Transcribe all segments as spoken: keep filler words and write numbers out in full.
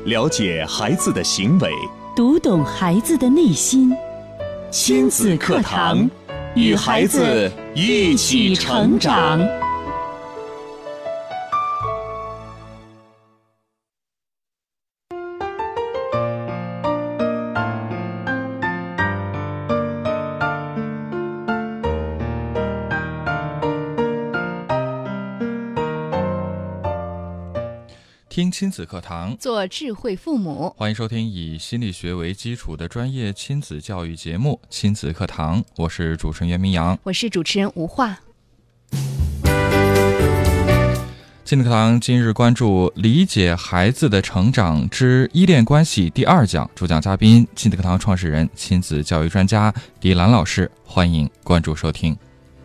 了解孩子的行为， 读懂孩子的内心。 亲子课堂，与孩子一起成长。 听亲子课堂， 做智慧父母。 欢迎收听以心理学为基础的专业亲子教育节目《亲子课堂》，我是主持人袁明阳， 我是主持人吴化。 亲子课堂今日关注理解孩子的成长之依恋关系第二讲，主讲嘉宾亲子课堂创始人、亲子教育专家狄兰老师，欢迎关注收听。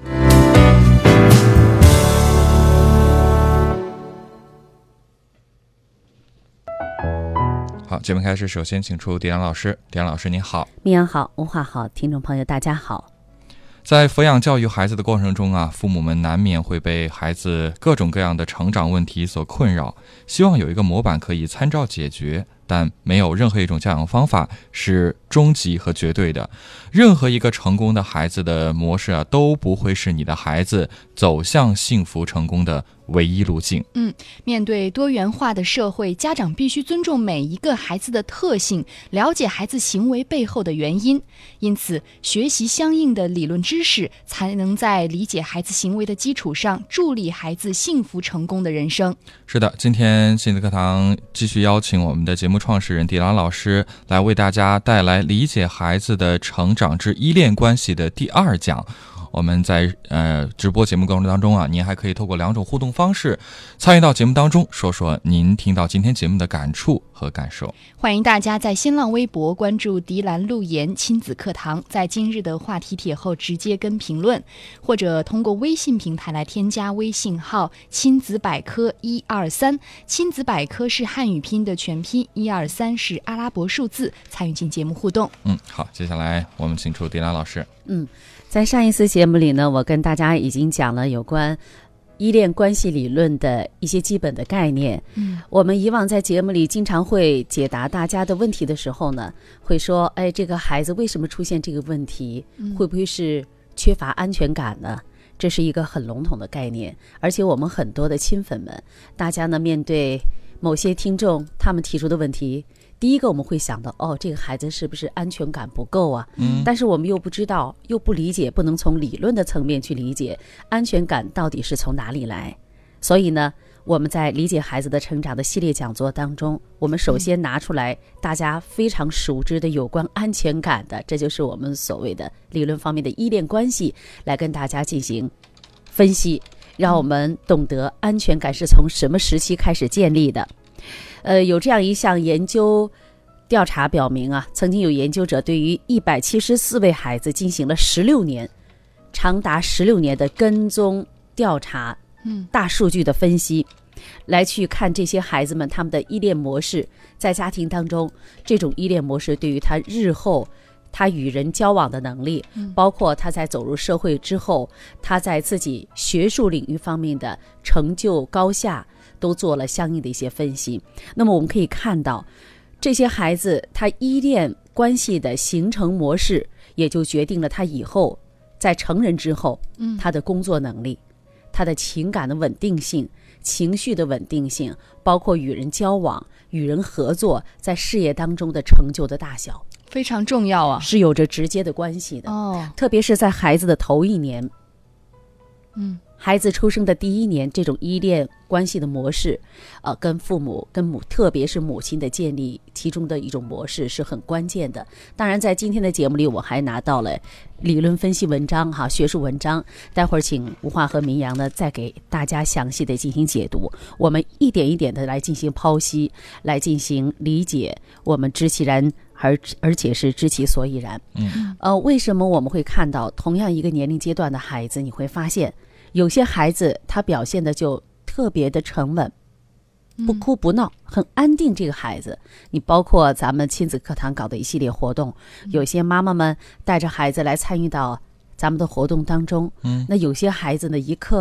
好，节目开始，首先请出狄兰老师。狄兰老师您好。 明阳好，吴化好，听众朋友大家好。 在抚养教育孩子的过程中啊，父母们难免会被孩子各种各样的成长问题所困扰，希望有一个模板可以参照解决，但没有任何一种教养方法是终极和绝对的。任何一个成功的孩子的模式啊，都不会是你的孩子走向幸福成功的唯一路径。 嗯，面对多元化的社会，家长必须尊重每一个孩子的特性，了解孩子行为背后的原因。因此，学习相应的理论知识，才能在理解孩子行为的基础上，助力孩子幸福成功的人生。 是的，今天亲子课堂继续邀请我们的节目创始人狄兰老师来为大家带来理解孩子的成长之依恋关系的第二讲。我们在呃直播节目过程当中啊，您还可以透过两种互动方式参与到节目当中，说说您听到今天节目的感触和感受。 欢迎大家在新浪微博关注狄兰路言亲子课堂，在今日的话题帖后直接跟评论，或者通过微信平台来添加微信号亲子百科一二三，亲子百科是汉语拼的全拼，一二三是阿拉伯数字，参与进节目互动。 嗯，好，接下来我们请出狄兰老师。 嗯。在上一次节目里呢，我跟大家已经讲了有关依恋关系理论的一些基本的概念。嗯，我们以往在节目里经常会解答大家的问题的时候呢，会说，哎，这个孩子为什么出现这个问题？会不会是缺乏安全感呢？这是一个很笼统的概念，而且我们很多的亲粉们，大家呢面对某些听众他们提出的问题，第一个我们会想到，哦，这个孩子是不是安全感不够啊？嗯，但是我们又不知道，又不理解，不能从理论的层面去理解安全感到底是从哪里来。所以呢，我们在理解孩子的成长的系列讲座当中，我们首先拿出来大家非常熟知的有关安全感的，这就是我们所谓的理论方面的依恋关系，来跟大家进行分析，让我们懂得安全感是从什么时期开始建立的。呃，有这样一项研究调查表明啊，曾经有研究者对于一百七十四位孩子进行了十六年，长达十六年的跟踪调查，嗯，大数据的分析，来去看这些孩子们他们的依恋模式，在家庭当中，这种依恋模式对于他日后他与人交往的能力，包括他在走入社会之后，他在自己学术领域方面的成就高下，都做了相应的一些分析。那么我们可以看到，这些孩子他依恋关系的形成模式，也就决定了他以后在成人之后，他的工作能力，他的情感的稳定性，情绪的稳定性，包括与人交往、与人合作，在事业当中的成就的大小， 非常重要啊， 是有着直接的关系的。 哦， 特别是在孩子的头一年， 嗯， 孩子出生的第一年，这种依恋关系的模式，呃，跟父母、跟母，特别是母亲的建立，其中的一种模式是很关键的。当然，在今天的节目里，我还拿到了理论分析文章哈，学术文章。待会儿请吴化和明阳呢，再给大家详细的进行解读。我们一点一点的来进行剖析，来进行理解。我们知其然，而而且是知其所以然。嗯，呃，为什么我们会看到同样一个年龄阶段的孩子，你会发现有些孩子他表现的就特别的沉稳，不哭不闹，很安定。这个孩子，你包括咱们亲子课堂搞的一系列活动，有些妈妈们带着孩子来参与到咱们的活动当中，嗯，那有些孩子呢，一刻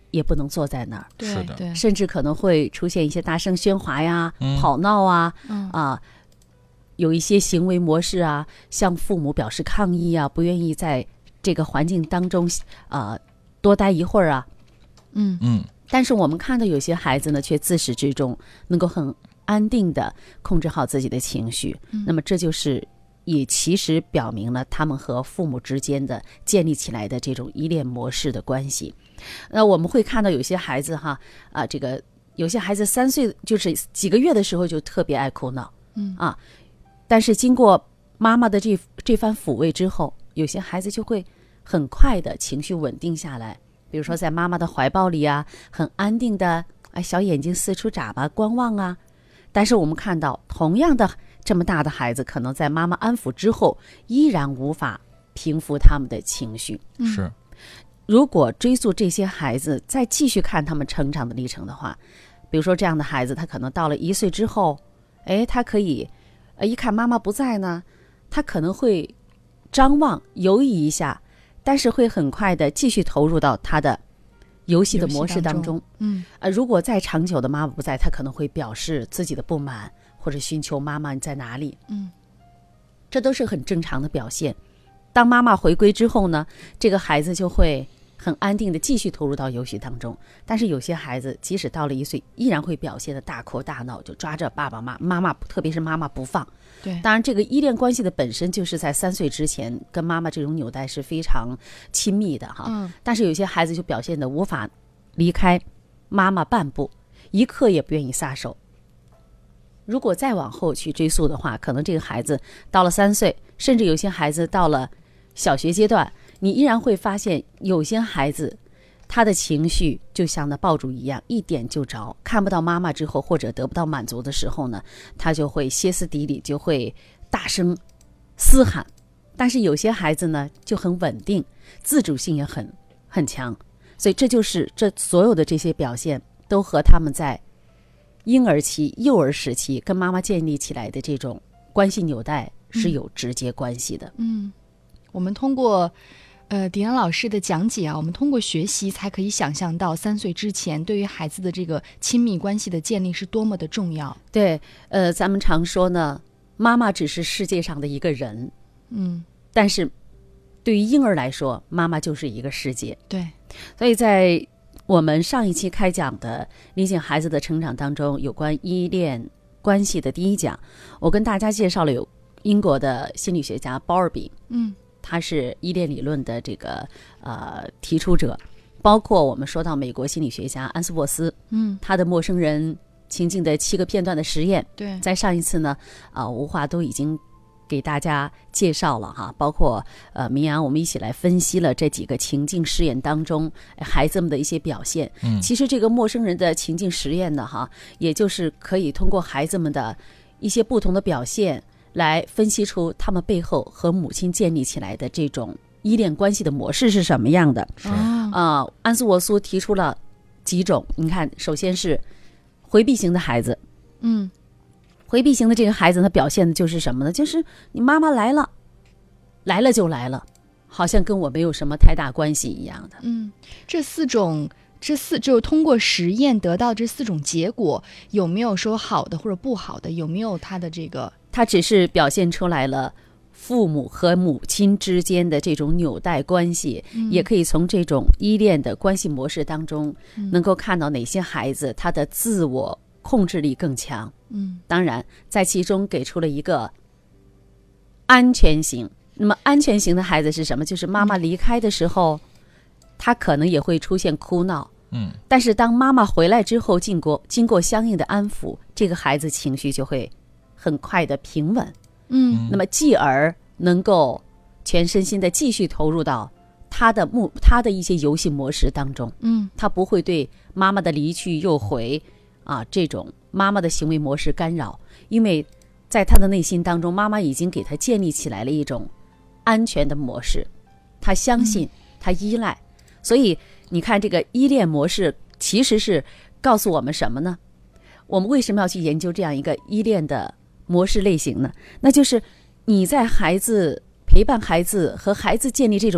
也不能坐在那儿， 对是的对， 甚至可能会出现一些大声喧哗呀、 嗯跑闹啊， 嗯啊，有一些行为模式啊，向父母表示抗议啊，不愿意在这个环境当中啊多待一会儿啊。 嗯嗯但是我们看到有些孩子呢，却自始至终能够很安定的控制好自己的情绪， 嗯那么这就是也其实表明了他们和父母之间的建立起来的这种依恋模式的关系。那我们会看到有些孩子哈啊，这个有些孩子三岁就是几个月的时候就特别爱哭闹， 嗯啊，但是经过妈妈的这这番抚慰之后，有些孩子就会很快的情绪稳定下来。比如说在妈妈的怀抱里啊，很安定的，哎，小眼睛四处眨巴观望啊。但是我们看到，同样的这么大的孩子，可能在妈妈安抚之后，依然无法平复他们的情绪。 是， 如果追溯这些孩子，再继续看他们成长的历程的话，比如说这样的孩子，他可能到了一岁之后，哎，他可以，呃，一看妈妈不在呢，他可能会张望犹豫一下。但是会很快的继续投入到他的游戏的模式当中。 嗯， 呃，如果再长久的妈妈不在，他可能会表示自己的不满，或者寻求妈妈你在哪里。 嗯， 这都是很正常的表现。当妈妈回归之后呢，这个孩子就会很安定的继续投入到游戏当中。但是有些孩子即使到了一岁，依然会表现的大哭大闹，就抓着爸爸妈妈妈，特别是妈妈不放。 对， 当然这个依恋关系的本身就是在三岁之前跟妈妈这种纽带是非常亲密的哈。 嗯， 但是有些孩子就表现的无法离开妈妈半步，一刻也不愿意撒手。如果再往后去追溯的话，可能这个孩子到了三岁，甚至有些孩子到了小学阶段，你依然会发现有些孩子他的情绪就像那爆竹一样，一点就着，看不到妈妈之后，或者得不到满足的时候呢，他就会歇斯底里，就会大声嘶喊。但是有些孩子呢就很稳定，自主性也很很强，所以这就是这所有的这些表现都和他们在婴儿期、幼儿时期跟妈妈建立起来的这种关系纽带是有直接关系的。 嗯，我们通过呃迪安老师的讲解啊，我们通过学习才可以想象到三岁之前对于孩子的这个亲密关系的建立是多么的重要。 对，呃，咱们常说呢，妈妈只是世界上的一个人， 嗯， 但是对于婴儿来说，妈妈就是一个世界。 对， 所以在我们上一期开讲的理解孩子的成长当中，有关依恋关系的第一讲，我跟大家介绍了有英国的心理学家鲍尔比， 嗯， 他是依恋理论的这个呃提出者，包括我们说到美国心理学家安斯沃斯， 嗯， 他的陌生人情境的七个片段的实验， 对， 在上一次呢，啊、呃，吴华都已经给大家介绍了哈，包括呃明阳，我们一起来分析了这几个情境实验当中孩子们的一些表现。 嗯， 其实这个陌生人的情境实验呢，哈，也就是可以通过孩子们的一些不同的表现，来分析出他们背后和母亲建立起来的这种依恋关系的模式是什么样的。 是啊， 呃，安斯沃苏提出了几种，你看，首先是回避型的孩子。 嗯， 回避型的这个孩子，他表现的就是什么呢？就是你妈妈来了，来了就来了，好像跟我没有什么太大关系一样的。 嗯，这四种，这四就是通过实验得到这四种结果，有没有说好的或者不好的？有没有它的这个？ 他只是表现出来了父母和母亲之间的这种纽带关系， 嗯、 也可以从这种依恋的关系模式当中， 嗯、 能够看到哪些孩子他的自我控制力更强。 嗯， 当然，在其中给出了一个安全型。那么，安全型的孩子是什么？就是妈妈离开的时候，他可能也会出现哭闹。 嗯， 但是当妈妈回来之后，经过经过相应的安抚，这个孩子情绪就会很快的平稳。 嗯， 那么继而能够全身心的继续投入到他的目他的一些游戏模式当中。 嗯， 他不会对妈妈的离去又回啊这种妈妈的行为模式干扰，因为在他的内心当中，妈妈已经给他建立起来了一种安全的模式，他相信，他依赖。所以你看，这个依恋模式其实是告诉我们什么呢？我们为什么要去研究这样一个依恋的模式类型呢？那就是你在孩子陪伴孩子和孩子建立这种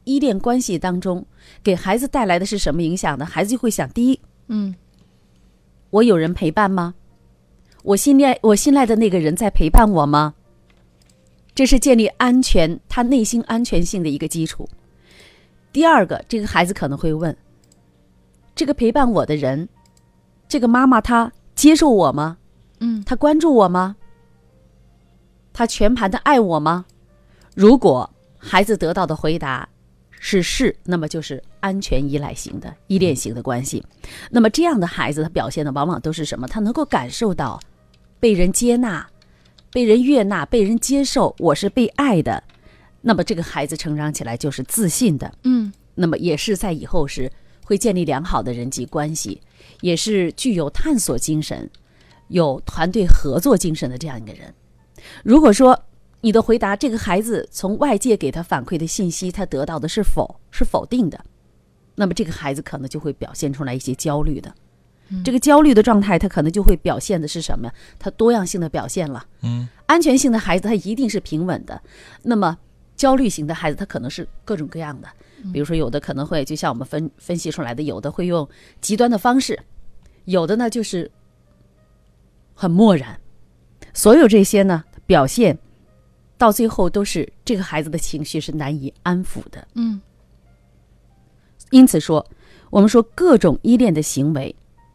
依恋关系当中，给孩子带来的是什么影响呢？孩子就会想，第一， 嗯， 我有人陪伴吗？我信赖我信赖的那个人在陪伴我吗？这是建立安全，他内心安全性的一个基础。第二个，这个孩子可能会问，这个陪伴我的人，这个妈妈她接受我吗？ 嗯， 她关注我吗？她全盘的爱我吗？如果孩子得到的回答是是，那么就是安全依赖型的依恋型的关系。那么这样的孩子，他表现的往往都是什么？他能够感受到被人接纳、被人悦纳、被人接受，我是被爱的。那么这个孩子成长起来就是自信的， 嗯， 那么也是在以后是会建立良好的人际关系，也是具有探索精神、有团队合作精神的这样一个人。如果说你的回答，这个孩子从外界给他反馈的信息，他得到的是否是否定的，那么这个孩子可能就会表现出来一些焦虑的。嗯、这个焦虑的状态，他可能就会表现的是什么？他多样性的表现了。 嗯， 安全性的孩子他一定是平稳的，那么焦虑型的孩子他可能是各种各样的。比如说有的可能会就像我们分分析出来的，有的会用极端的方式，有的呢就是很漠然。所有这些呢表现到最后都是这个孩子的情绪是难以安抚的。 嗯， 因此说我们说各种依恋的行为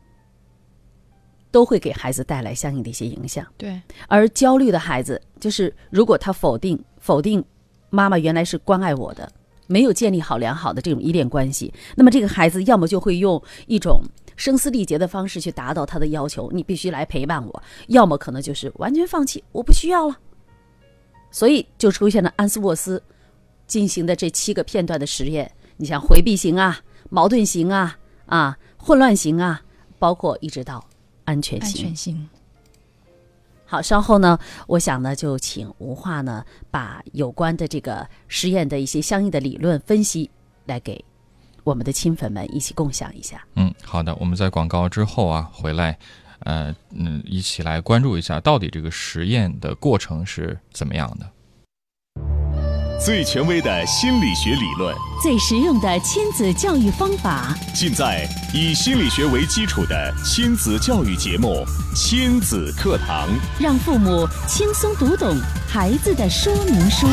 都会给孩子带来相应的一些影响。 对， 而焦虑的孩子，就是如果他否定否定妈妈原来是关爱我的，没有建立好良好的这种依恋关系，那么这个孩子要么就会用一种声嘶力竭的方式去达到他的要求，你必须来陪伴我，要么可能就是完全放弃，我不需要了。所以就出现了安斯沃斯进行的这七个片段的实验，你像回避型啊、矛盾型啊、啊混乱型啊，包括一直到安全型。 安全性。 好，稍后呢，我想呢，就请吴化呢，把有关的这个实验的一些相应的理论分析，来给我们的亲粉们一起共享一下。 嗯，好的，我们在广告之后啊，回来，呃，嗯，一起来关注一下，到底这个实验的过程是怎么样的。 最权威的心理学理论， 最实用的亲子教育方法， 尽在以心理学为基础的亲子教育节目《亲子课堂》， 让父母轻松读懂孩子的说明书。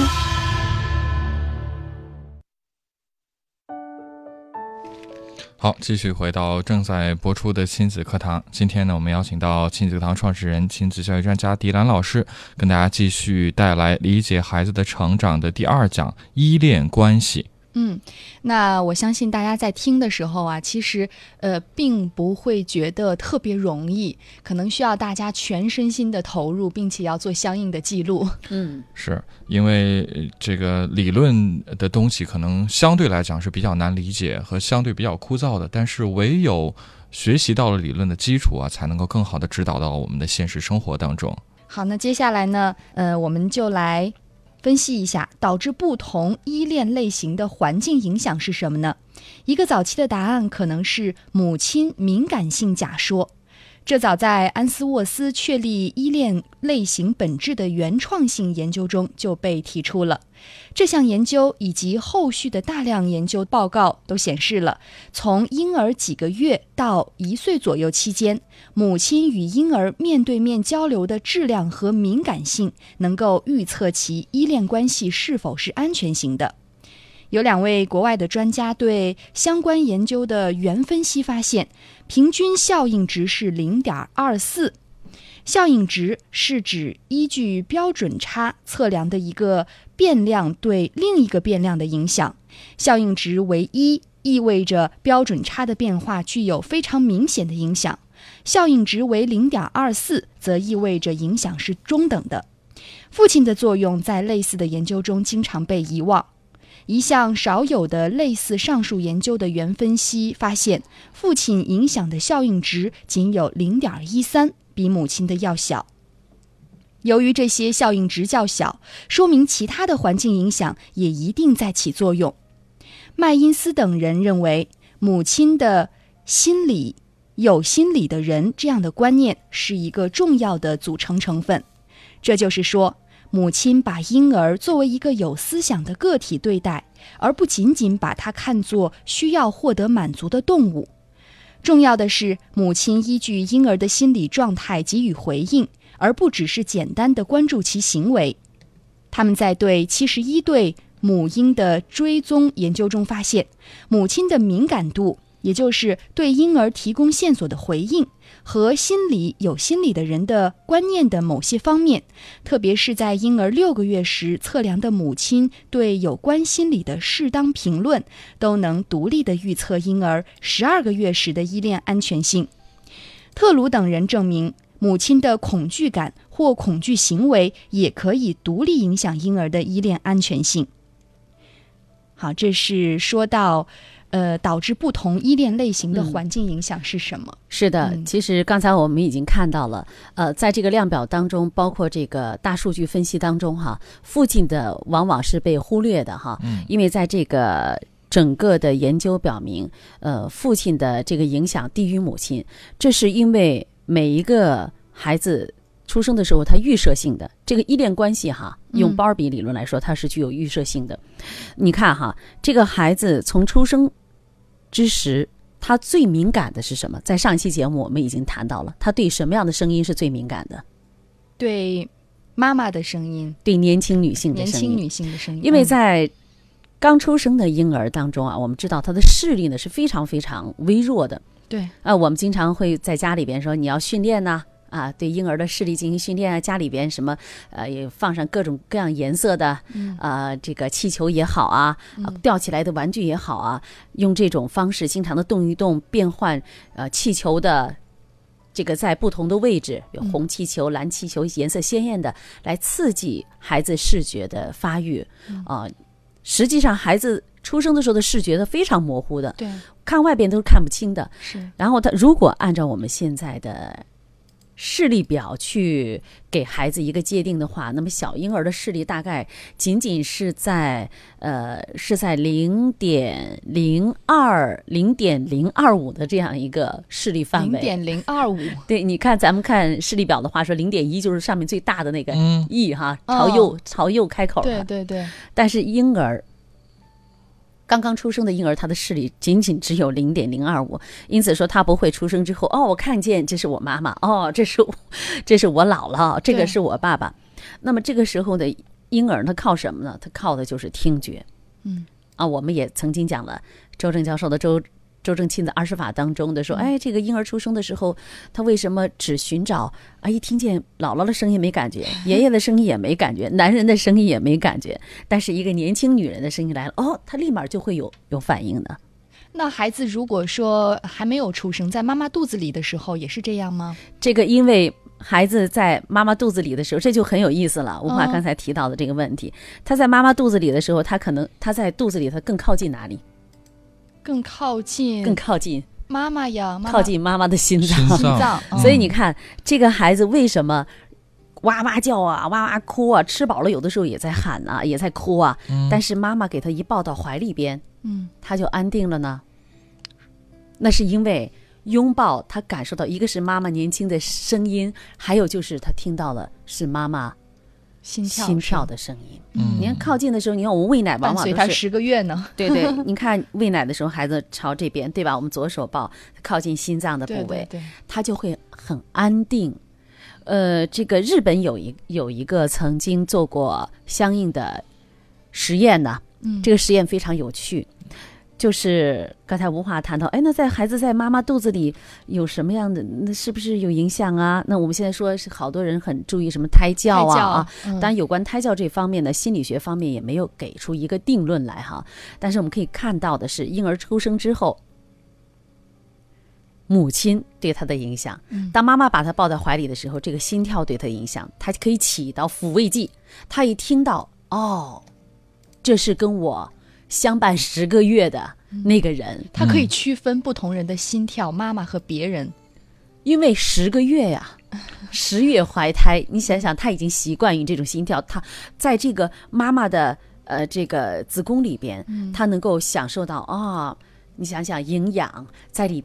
好，继续回到正在播出的亲子课堂。今天呢，我们邀请到亲子课堂创始人、亲子教育专家迪兰老师，跟大家继续带来理解孩子的成长的第二讲——依恋关系。 嗯，那我相信大家在听的时候啊，其实呃并不会觉得特别容易，可能需要大家全身心的投入，并且要做相应的记录。 嗯， 是因为这个理论的东西可能相对来讲是比较难理解和相对比较枯燥的，但是唯有学习到了理论的基础啊，才能够更好的指导到我们的现实生活当中。 好，那接下来呢，呃，我们就来分析一下导致不同依恋类型的环境影响是什么呢？一个早期的答案可能是母亲敏感性假说。这早在安斯沃斯确立依恋类型本质的原创性研究中就被提出了。这项研究以及后续的大量研究报告都显示了，从婴儿几个月到一岁左右期间，母亲与婴儿面对面交流的质量和敏感性能够预测其依恋关系是否是安全型的。有两位国外的专家对相关研究的原分析发现，平均效应值是 零点二四。效应值是指依据标准差测量的一个变量对另一个变量的影响。效应值为一，意味着标准差的变化具有非常明显的影响；效应值为 零点二四，则意味着影响是中等的。父亲的作用在类似的研究中经常被遗忘。一项少有的类似上述研究的原分析发现，父亲影响的效应值仅有 零点一三，比母亲的要小。由于这些效应值较小，说明其他的环境影响也一定在起作用。麦因斯等人认为，母亲的心理有心理的人这样的观念是一个重要的组成成分。这就是说， 母亲把婴儿作为一个有思想的个体对待，而不仅仅把它看作需要获得满足的动物。重要的是，母亲依据婴儿的心理状态给予回应，而不只是简单的关注其行为。他们在对七十一对母婴的追踪研究中发现，母亲的敏感度，也就是对婴儿提供线索的回应，和心理有心理的人的观念的某些方面，特别是在婴儿六个月时测量的母亲对有关心理的适当评论，都能独立地预测婴儿十二个月时的依恋安全性。特鲁等人证明，母亲的恐惧感或恐惧行为也可以独立影响婴儿的依恋安全性。好，这是说到呃，导致不同依恋类型的环境影响是什么？ 嗯、是的、嗯，其实刚才我们已经看到了，呃，在这个量表当中，包括这个大数据分析当中，哈，父亲的往往是被忽略的，哈，嗯，因为在这个整个的研究表明，呃，父亲的这个影响低于母亲，这是因为每一个孩子出生的时候，它预设性的这个依恋关系哈，用鲍尔比理论来说，它是具有预设性的。嗯、你看哈，这个孩子从出生之时，他最敏感的是什么？在上一期节目我们已经谈到了，他对什么样的声音是最敏感的？ 对妈妈的声音， 对年轻女性的声音， 年轻女性的声音。 因为在刚出生的婴儿当中啊，我们知道他的视力呢是非常非常微弱的。 对啊、 呃，我们经常会在家里边说，你要训练呐、啊。啊，对婴儿的视力进行训练啊，家里边什么呃也放上各种各样颜色的，嗯、呃这个气球也好啊，嗯、吊起来的玩具也好啊，用这种方式经常的动一动，变换呃气球的这个在不同的位置，有红气球、蓝气球，颜色鲜艳的，来刺激孩子视觉的发育啊、呃。实际上，孩子出生的时候的视觉是非常模糊的， 对， 看外边都是看不清的。 是， 然后他如果按照我们现在的视力表去给孩子一个界定的话，那么小婴儿的视力大概仅仅是在呃是在零点零二、零点零二五的这样一个视力范围。 零点零二五， 对，你看咱们看视力表的话，说零点一就是上面最大的那个 E 哈，嗯、朝右、哦、朝右开口的。 对对对。 但是婴儿。刚刚出生的婴儿，他的视力仅仅只有零点零二五，因此说他不会出生之后，哦，我看见这是我妈妈，哦，这是我，这是我姥姥，这个是我爸爸。那么这个时候的婴儿，他靠什么呢？他靠的就是听觉。嗯，啊，我们也曾经讲了周正教授的周周正清的儿时法当中的说，哎，这个婴儿出生的时候，他为什么只寻找啊？一听见姥姥的声音没感觉，爷爷的声音也没感觉，男人的声音也没感觉，但是一个年轻女人的声音来了，哦，他立马就会有有反应的。 那孩子如果说还没有出生，在妈妈肚子里的时候也是这样吗？ 这个因为孩子在妈妈肚子里的时候，这就很有意思了。吴华刚才提到的这个问题，哦、他在妈妈肚子里的时候，他可能他在肚子里，他更靠近哪里？ 更靠近， 更靠近妈妈呀，妈妈靠近妈妈的心脏。 心脏， 所以你看，这个孩子为什么哇哇叫啊，哇哇哭啊，吃饱了有的时候也在喊啊，也在哭啊，嗯、但是妈妈给他一抱到怀里边，嗯，他就安定了呢。那是因为拥抱，他感受到一个是妈妈年轻的声音，还有就是他听到了是妈妈心跳心跳的声音。嗯，你看靠近的时候，你看我们喂奶往往都是伴随他十个月呢。 对对，你看喂奶的时候，孩子朝这边，对吧？我们左手抱，靠近心脏的部位， 对对对， 他就会很安定。呃，这个日本有一有一个曾经做过相应的实验呢，嗯，这个实验非常有趣。就是刚才吴华谈到，哎，那在孩子在妈妈肚子里有什么样的，那是不是有影响啊？那我们现在说是好多人很注意什么胎教啊，胎教啊，嗯、当然有关胎教这方面呢，心理学方面也没有给出一个定论来哈。但是我们可以看到的是，婴儿出生之后，母亲对他的影响，当妈妈把他抱在怀里的时候，这个心跳对他的影响，他可以起到抚慰剂。他一听到，哦，这是跟我相伴十个月的那个人， 他可以区分不同人的心跳，妈妈和别人， 因为十个月呀、啊，十月怀胎，你想想，他已经习惯于这种心跳，他在这个妈妈的呃这个子宫里边，他能够享受到啊、哦，你想想营养在里边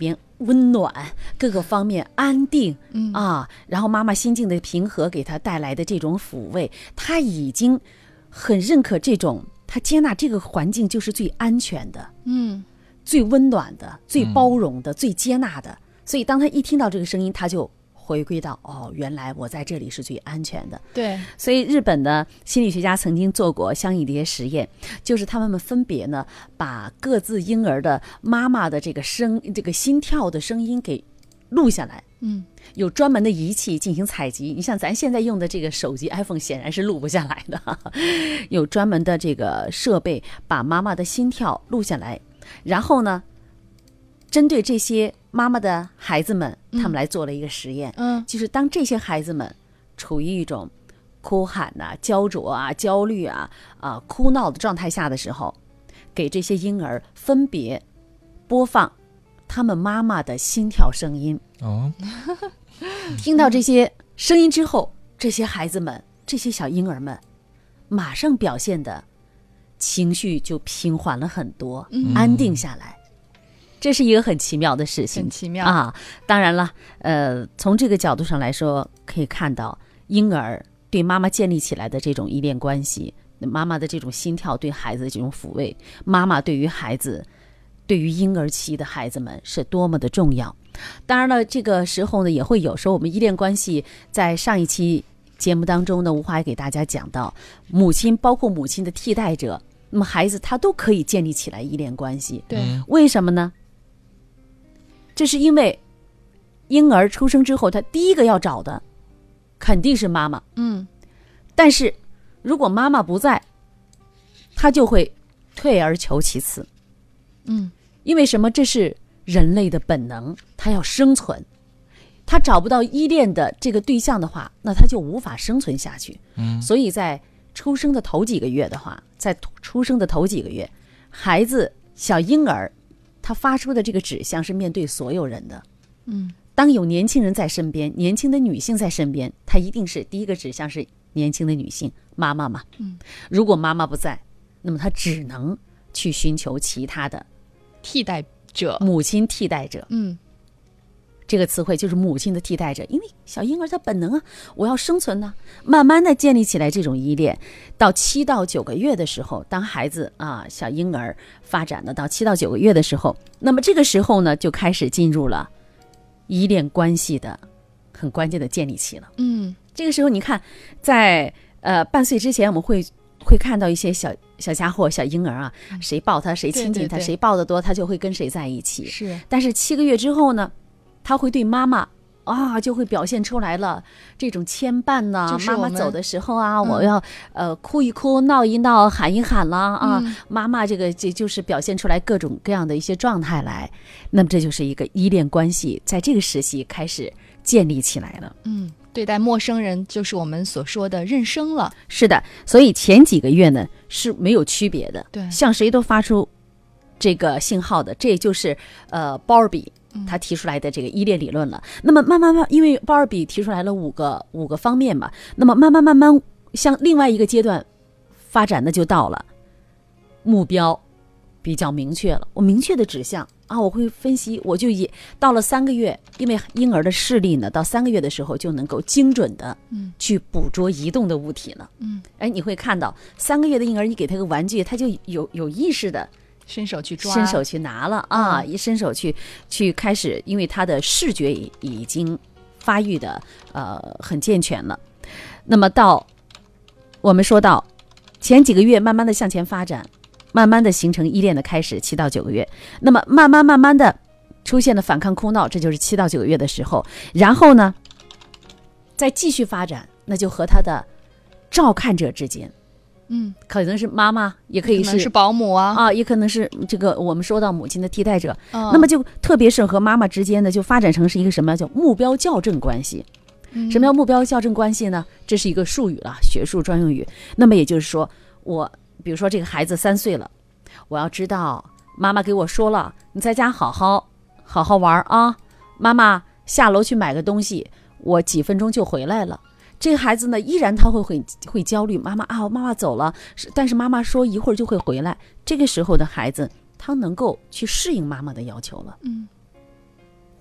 温暖，各个方面安定、 嗯、 啊，然后妈妈心境的平和给他带来的这种抚慰，他已经很认可这种，他接纳这个环境就是最安全的， 嗯， 最温暖的，最包容的、嗯、最接纳的。所以当他一听到这个声音，他就回归到哦，原来我在这里是最安全的。 对， 所以日本的心理学家曾经做过相应的一些实验，就是他们分别呢把各自婴儿的妈妈的这个声这个心跳的声音给录下来。 嗯， 有专门的仪器进行采集。你像咱现在用的这个手机 iPhone 显然是录不下来的，有专门的这个设备把妈妈的心跳录下来，然后呢针对这些妈妈的孩子们，他们来做了一个实验。 嗯， 就是当这些孩子们处于一种哭喊啊、焦灼啊、焦虑啊、啊哭闹的状态下的时候，给这些婴儿分别播放他们妈妈的心跳声音。 哦， 听到这些声音之后，这些孩子们、这些小婴儿们，马上表现的情绪就平缓了很多， 嗯、 安定下来。这是一个很奇妙的事情， 很奇妙啊！当然了，呃，从这个角度上来说，可以看到婴儿对妈妈建立起来的这种依恋关系，妈妈的这种心跳对孩子的这种抚慰，妈妈对于孩子、对于婴儿期的孩子们是多么的重要。当然了，这个时候呢，也会有时候我们依恋关系，在上一期节目当中呢，吴华也给大家讲到，母亲包括母亲的替代者，那么孩子他都可以建立起来依恋关系。 对， 为什么呢？这是因为婴儿出生之后，他第一个要找的肯定是妈妈。 嗯， 但是如果妈妈不在，他就会退而求其次。 嗯， 因为什么？这是人类的本能，他要生存。他找不到依恋的这个对象的话，那他就无法生存下去。 嗯， 所以在出生的头几个月的话，在出生的头几个月，孩子小婴儿他发出的这个指向是面对所有人的。 嗯， 当有年轻人在身边，年轻的女性在身边，他一定是第一个指向是年轻的女性，妈妈嘛。 嗯， 如果妈妈不在，那么他只能去寻求其他的替代者， 母亲替代者。 嗯， 这个词汇就是母亲的替代者，因为小婴儿他本能啊，我要生存呢、啊，慢慢的建立起来这种依恋。到七到九个月的时候，当孩子啊小婴儿发展的到七到九个月的时候，那么这个时候呢，就开始进入了依恋关系的很关键的建立期了。 嗯， 这个时候你看，在呃半岁之前，我们会会看到一些小小家伙、小婴儿啊，谁抱他，谁亲近他， 对对对谁抱得多，他就会跟谁在一起。 是， 但是七个月之后呢，他会对妈妈啊，就会表现出来了这种牵绊呢、 就是我们妈妈走的时候啊， 嗯我要呃哭一哭、闹一闹、喊一喊啦啊， 嗯妈妈这个这就是表现出来各种各样的一些状态来。那么这就是一个依恋关系，在这个时期开始建立起来了。 嗯，对待陌生人就是我们所说的认生了。 是的，所以前几个月呢是没有区别的， 对， 向谁都发出这个信号的，这也就是呃鲍尔比他提出来的这个依恋理论了。那么慢慢慢，因为鲍尔比提出来了五个五个方面嘛，那么慢慢慢慢向另外一个阶段发展的就到了目标比较明确了，我明确的指向啊，我会分析，我就也到了三个月，因为婴儿的视力呢，到三个月的时候就能够精准的去捕捉移动的物体了。 嗯， 哎，你会看到三个月的婴儿，你给他个玩具，他就有有意识的伸手去抓， 伸手去拿了啊！ 嗯、 一伸手去去开始，因为他的视觉已已经发育的呃很健全了。那么到我们说到前几个月，慢慢的向前发展，慢慢的形成依恋的开始，七到九个月。那么慢慢慢慢的出现了反抗哭闹，这就是七到九个月的时候。然后呢，再继续发展，那就和他的照看者之间。 嗯， 可能是妈妈，也可以是可能是保姆啊， 啊，也可能是这个我们说到母亲的替代者。 哦、 那么就特别是和妈妈之间呢，就发展成是一个什么叫目标校正关系？ 嗯、 什么叫目标校正关系呢？这是一个术语了，学术专用语。那么也就是说，我比如说这个孩子三岁了，我要知道妈妈给我说了，你在家好好好好玩啊，妈妈下楼去买个东西，我几分钟就回来了。这个孩子呢，依然他会会会焦虑，妈妈啊，妈妈走了，但是妈妈说一会儿就会回来。这个时候的孩子，他能够去适应妈妈的要求了。 嗯，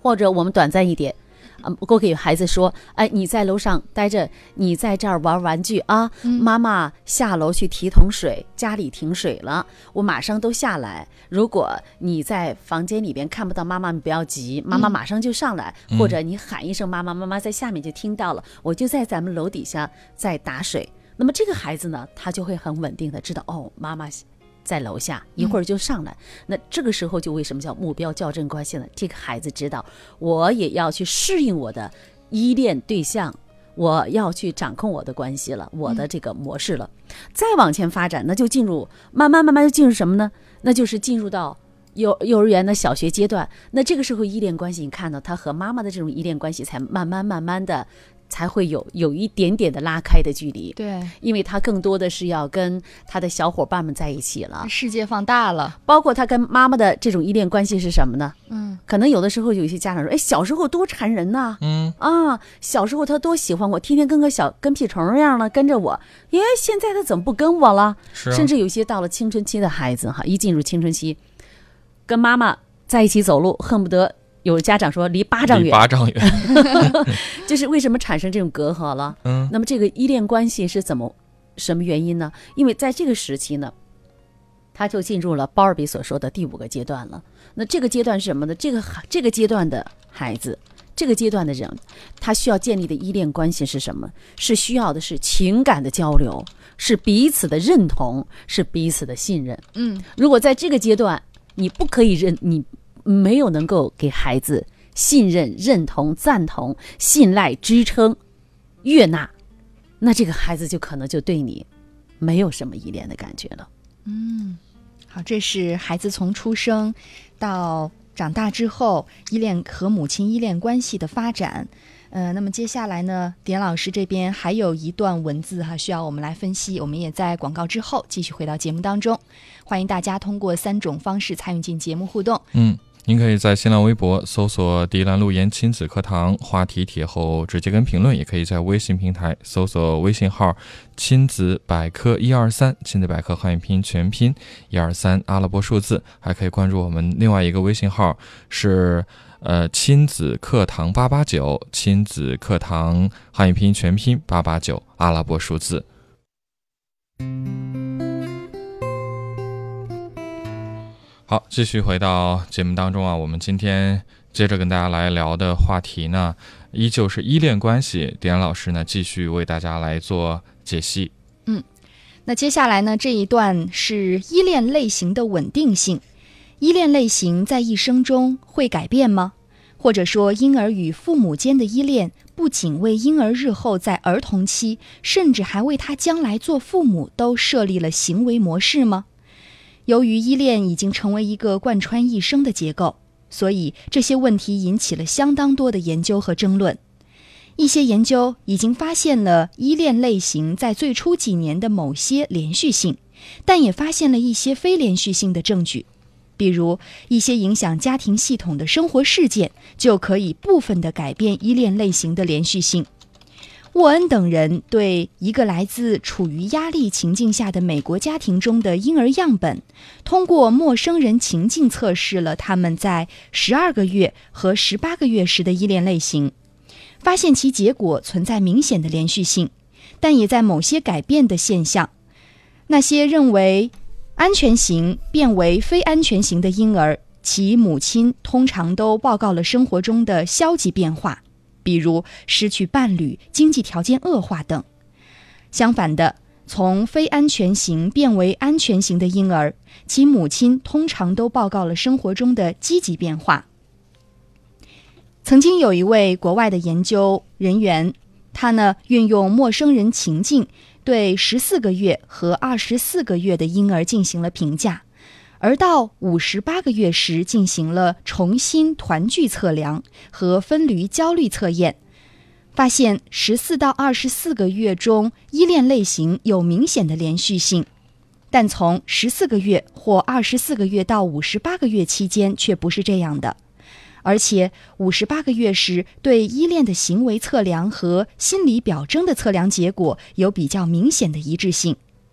或者我们短暂一点。嗯，我给孩子说，哎，你在楼上待着，你在这儿玩玩具啊，嗯、妈妈下楼去提桶水，家里停水了，我马上都下来。如果你在房间里边看不到妈妈，你不要急，妈妈马上就上来，嗯、或者你喊一声妈妈，妈妈在下面就听到了，我就在咱们楼底下在打水。那么这个孩子呢，他就会很稳定的知道，哦，妈妈在楼下，一会儿就上来、嗯、那这个时候就为什么叫目标校正关系呢？这个孩子知道我也要去适应我的依恋对象，我要去掌控我的关系了，我的这个模式了、嗯、再往前发展，那就进入慢慢慢慢就进入什么呢？那就是进入到幼幼儿园的小学阶段。那这个时候依恋关系，你看到他和妈妈的这种依恋关系才慢慢慢慢的才会有有一点点的拉开的距离。 对， 因为他更多的是要跟他的小伙伴们在一起了， 世界放大了。 包括他跟妈妈的这种依恋关系是什么呢？ 嗯， 可能有的时候有一些家长说，哎，小时候多缠人呐、啊， 嗯啊，小时候他多喜欢我，天天跟个小跟屁虫一样的跟着我，耶，现在他怎么不跟我了？ 是、啊， 甚至有些到了青春期的孩子哈，一进入青春期，跟妈妈在一起走路，恨不得。有家长说离八丈远， 离八丈远， 就是为什么产生这种隔阂了？ 嗯， 那么这个依恋关系是怎么什么原因呢？因为在这个时期呢，他就进入了鲍尔比所说的第五个阶段了。那这个阶段是什么呢？这个这个阶段的孩子，这个阶段的人，他需要建立的依恋关系是什么？是需要的是情感的交流，是彼此的认同，是彼此的信任。 嗯， 如果在这个阶段你不可以认你。没有能够给孩子信任、认同、赞同、信赖、支撑、悦纳，那这个孩子就可能就对你没有什么依恋的感觉了。 嗯，好，这是孩子从出生到长大之后依恋和母亲依恋关系的发展。呃，那么接下来呢，点老师这边还有一段文字哈，需要我们来分析。我们也在广告之后继续回到节目当中，欢迎大家通过三种方式参与进节目互动。 嗯。您可以在新浪微博搜索迪兰路言亲子课堂话题帖后直接跟评论，也可以在微信平台搜索微信号亲子百科一二三，亲子百科汉语拼音全拼一二三阿拉伯数字，还可以关注我们另外一个微信号是呃亲子课堂八八九，亲子课堂汉语拼音全拼八八九阿拉伯数字。好，继续回到节目当中啊，我们今天接着跟大家来聊的话题呢，依旧是依恋关系。迪安老师呢，继续为大家来做解析。 嗯，那接下来呢，这一段是依恋类型的稳定性。依恋类型在一生中会改变吗？或者说，婴儿与父母间的依恋，不仅为婴儿日后在儿童期，甚至还为他将来做父母都设立了行为模式吗？由于依恋已经成为一个贯穿一生的结构，所以这些问题引起了相当多的研究和争论。一些研究已经发现了依恋类型在最初几年的某些连续性，但也发现了一些非连续性的证据。比如，一些影响家庭系统的生活事件就可以部分地改变依恋类型的连续性。沃恩等人对一个来自处于压力情境下的美国家庭中的婴儿样本，通过陌生人情境测试了他们在十二个月和十八个月时的依恋类型，发现其结果存在明显的连续性，但也在某些改变的现象。那些认为安全型变为非安全型的婴儿，其母亲通常都报告了生活中的消极变化，比如失去伴侣、经济条件恶化等。相反的，从非安全型变为安全型的婴儿，其母亲通常都报告了生活中的积极变化。曾经有一位国外的研究人员，他呢运用陌生人情境，对十四个月和二十四个月的婴儿进行了评价，而到五十八个月时进行了重新团聚测量和分离焦虑测验，发现十四到二十四个月中依恋类型有明显的连续性，但从十四个月或二十四个月到五十八个月期间却不是这样的。而且五十八个月时对依恋的行为测量和心理表征的测量结果有比较明显的一致性。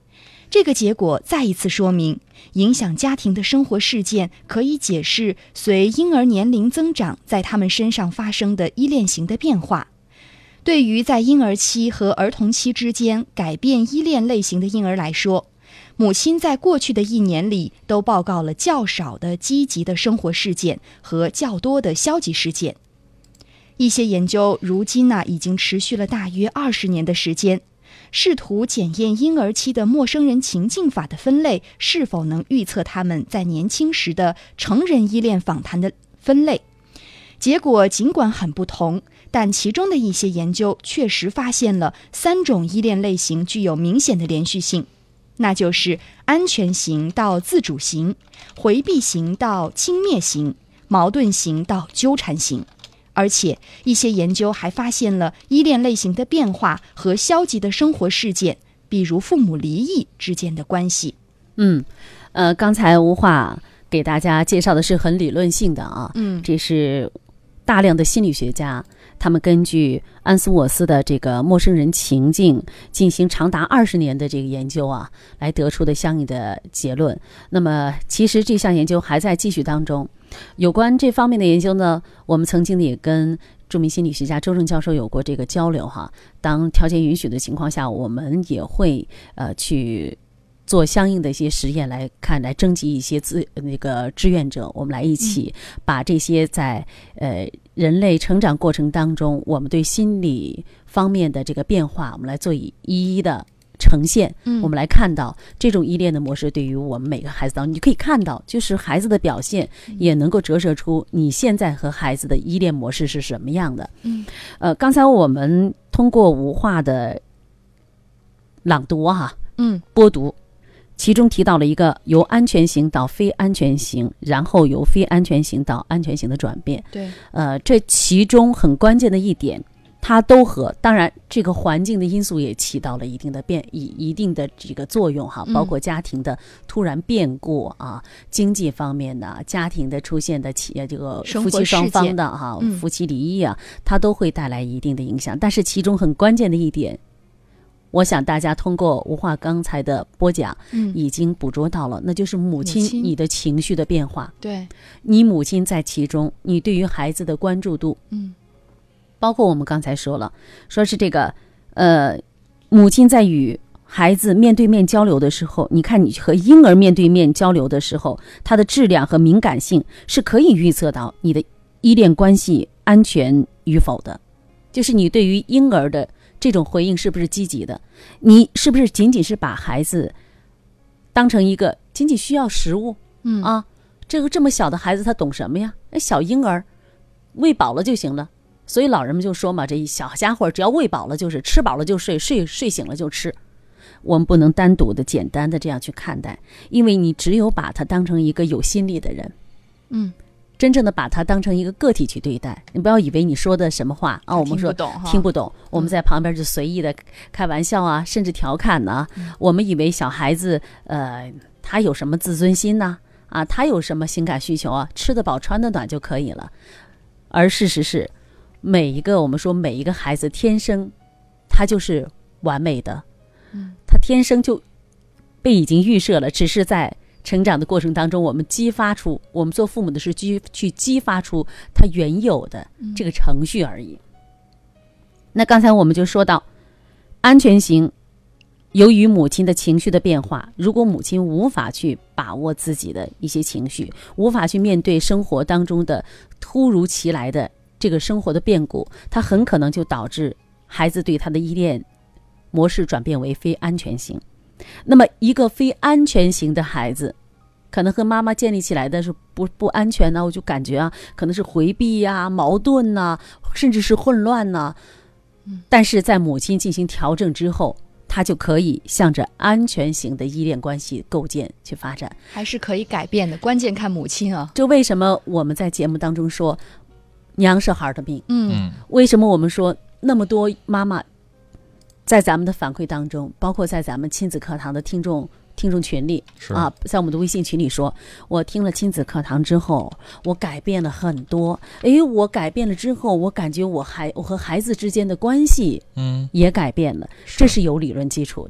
这个结果再一次说明，影响家庭的生活事件可以解释随婴儿年龄增长在他们身上发生的依恋型的变化。对于在婴儿期和儿童期之间改变依恋类型的婴儿来说，母亲在过去的一年里都报告了较少的积极的生活事件和较多的消极事件。一些研究如今呢、啊、已经持续了大约二十年的时间，试图检验婴儿期的陌生人情境法的分类是否能预测他们在年轻时的成人依恋访谈的分类。结果尽管很不同，但其中的一些研究确实发现了三种依恋类型具有明显的连续性，那就是安全型到自主型、回避型到轻蔑型、矛盾型到纠缠型。而且一些研究还发现了依恋类型的变化和消极的生活事件，比如父母离异之间的关系。 嗯，呃，刚才吴化给大家介绍的是很理论性的啊， 嗯， 这是大量的心理学家，他们根据安斯沃斯的这个陌生人情境进行长达二十年的这个研究啊，来得出的相应的结论。那么其实这项研究还在继续当中。有关这方面的研究呢，我们曾经也跟著名心理学家周正教授有过这个交流哈。当条件允许的情况下，我们也会呃去做相应的一些实验来看，来征集一些自那个志愿者，我们来一起把这些在呃人类成长过程当中，我们对心理方面的这个变化，我们来做一一的呈现。我们来看到这种依恋的模式对于我们每个孩子当中，你可以看到就是孩子的表现也能够折射出你现在和孩子的依恋模式是什么样的。 嗯， 呃，刚才我们通过吴化的朗读哈， 嗯， 播读，其中提到了一个由安全型到非安全型，然后由非安全型到安全型的转变。 对， 呃，这其中很关键的一点，它都和当然这个环境的因素也起到了一定的变一一定的这个作用哈，包括家庭的突然变故啊，经济方面的家庭的出现的企业这个夫妻双方的哈、嗯、夫妻离异啊，它都会带来一定的影响。但是其中很关键的一点，我想大家通过吴化刚才的播讲，嗯，已经捕捉到了，那就是母亲你的情绪的变化。 对， 你母亲在其中，你对于孩子的关注度， 嗯。 包括我们刚才说了，说是这个，呃，母亲在与孩子面对面交流的时候，你看你和婴儿面对面交流的时候，它的质量和敏感性是可以预测到你的依恋关系安全与否的，就是你对于婴儿的这种回应是不是积极的，你是不是仅仅是把孩子当成一个仅仅需要食物， 嗯啊，这个这么小的孩子他懂什么呀？小婴儿喂饱了就行了。所以老人们就说嘛，这小家伙只要喂饱了就是吃饱了就睡，睡睡醒了就吃。我们不能单独的简单的这样去看待，因为你只有把他当成一个有心力的人， 嗯， 真正的把他当成一个个体去对待。你不要以为你说的什么话啊，我们说听不懂， 听不懂，我们在旁边就随意的开玩笑啊，甚至调侃呢、啊嗯。我们以为小孩子呃他有什么自尊心呢、啊？啊，他有什么情感需求啊？吃得饱穿得暖就可以了。而事实是，每一个我们说每一个孩子天生他就是完美的， 嗯， 他天生就被已经预设了，只是在成长的过程当中，我们激发出我们做父母的是激去激发出他原有的这个程序而已。嗯、那刚才我们就说到安全型，由于母亲的情绪的变化，如果母亲无法去把握自己的一些情绪，无法去面对生活当中的突如其来的这个生活的变故，它很可能就导致孩子对他的依恋模式转变为非安全型。那么一个非安全型的孩子，可能和妈妈建立起来的是不不安全呢，我就感觉啊，可能是回避呀、啊、矛盾呐、啊，甚至是混乱呐、啊。但是在母亲进行调整之后，他就可以向着安全型的依恋关系构建去发展， 还是可以改变的。关键看母亲啊。 这为什么我们在节目当中说娘是孩的命？ 嗯， 为什么我们说那么多妈妈在咱们的反馈当中，包括在咱们亲子课堂的听众听众群里啊，在我们的微信群里说，我听了亲子课堂之后，我改变了很多。诶，我改变了之后，我感觉我孩我和孩子之间的关系，嗯，也改变了，这是有理论基础的。